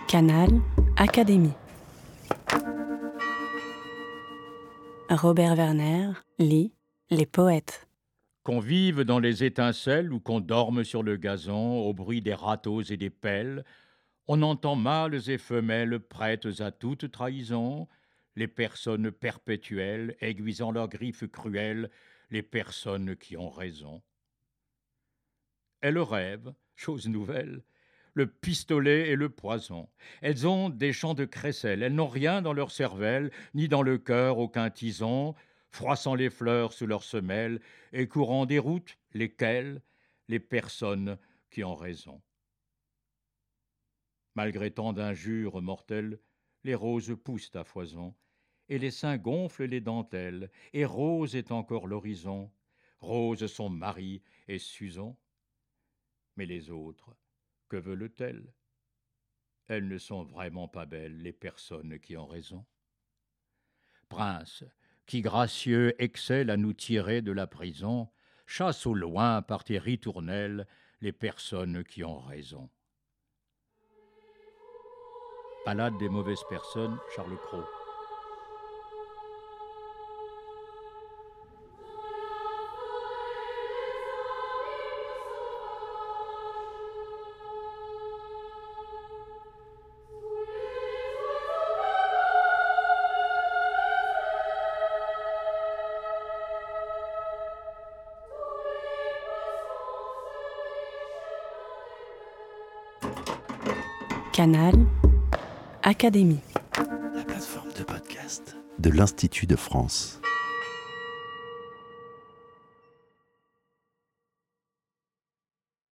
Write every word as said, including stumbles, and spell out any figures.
Canal Académie. Robert Werner lit Les Poètes. Qu'on vive dans les étincelles ou qu'on dorme sur le gazon, au bruit des râteaux et des pelles, on entend mâles et femelles prêtes à toute trahison, les personnes perpétuelles aiguisant leurs griffes cruelles, les personnes qui ont raison. Elles rêvent, chose nouvelle, le pistolet et le poison. Elles ont des champs de crécelle, elles n'ont rien dans leur cervelle, ni dans le cœur aucun tison, froissant les fleurs sous leurs semelles et courant des routes, lesquelles, les personnes qui ont raison. Malgré tant d'injures mortelles, les roses poussent à foison, et les seins gonflent les dentelles, et rose est encore l'horizon, rose son mari et Suzon. Mais les autres, que veulent-elles? Elles ne sont vraiment pas belles, les personnes qui ont raison. Prince, qui gracieux excelle à nous tirer de la prison, chasse au loin par tes ritournelles les personnes qui ont raison. Ballade des mauvaises personnes, Charles Cros. Canal Académie. La plateforme de podcast de l'Institut de France.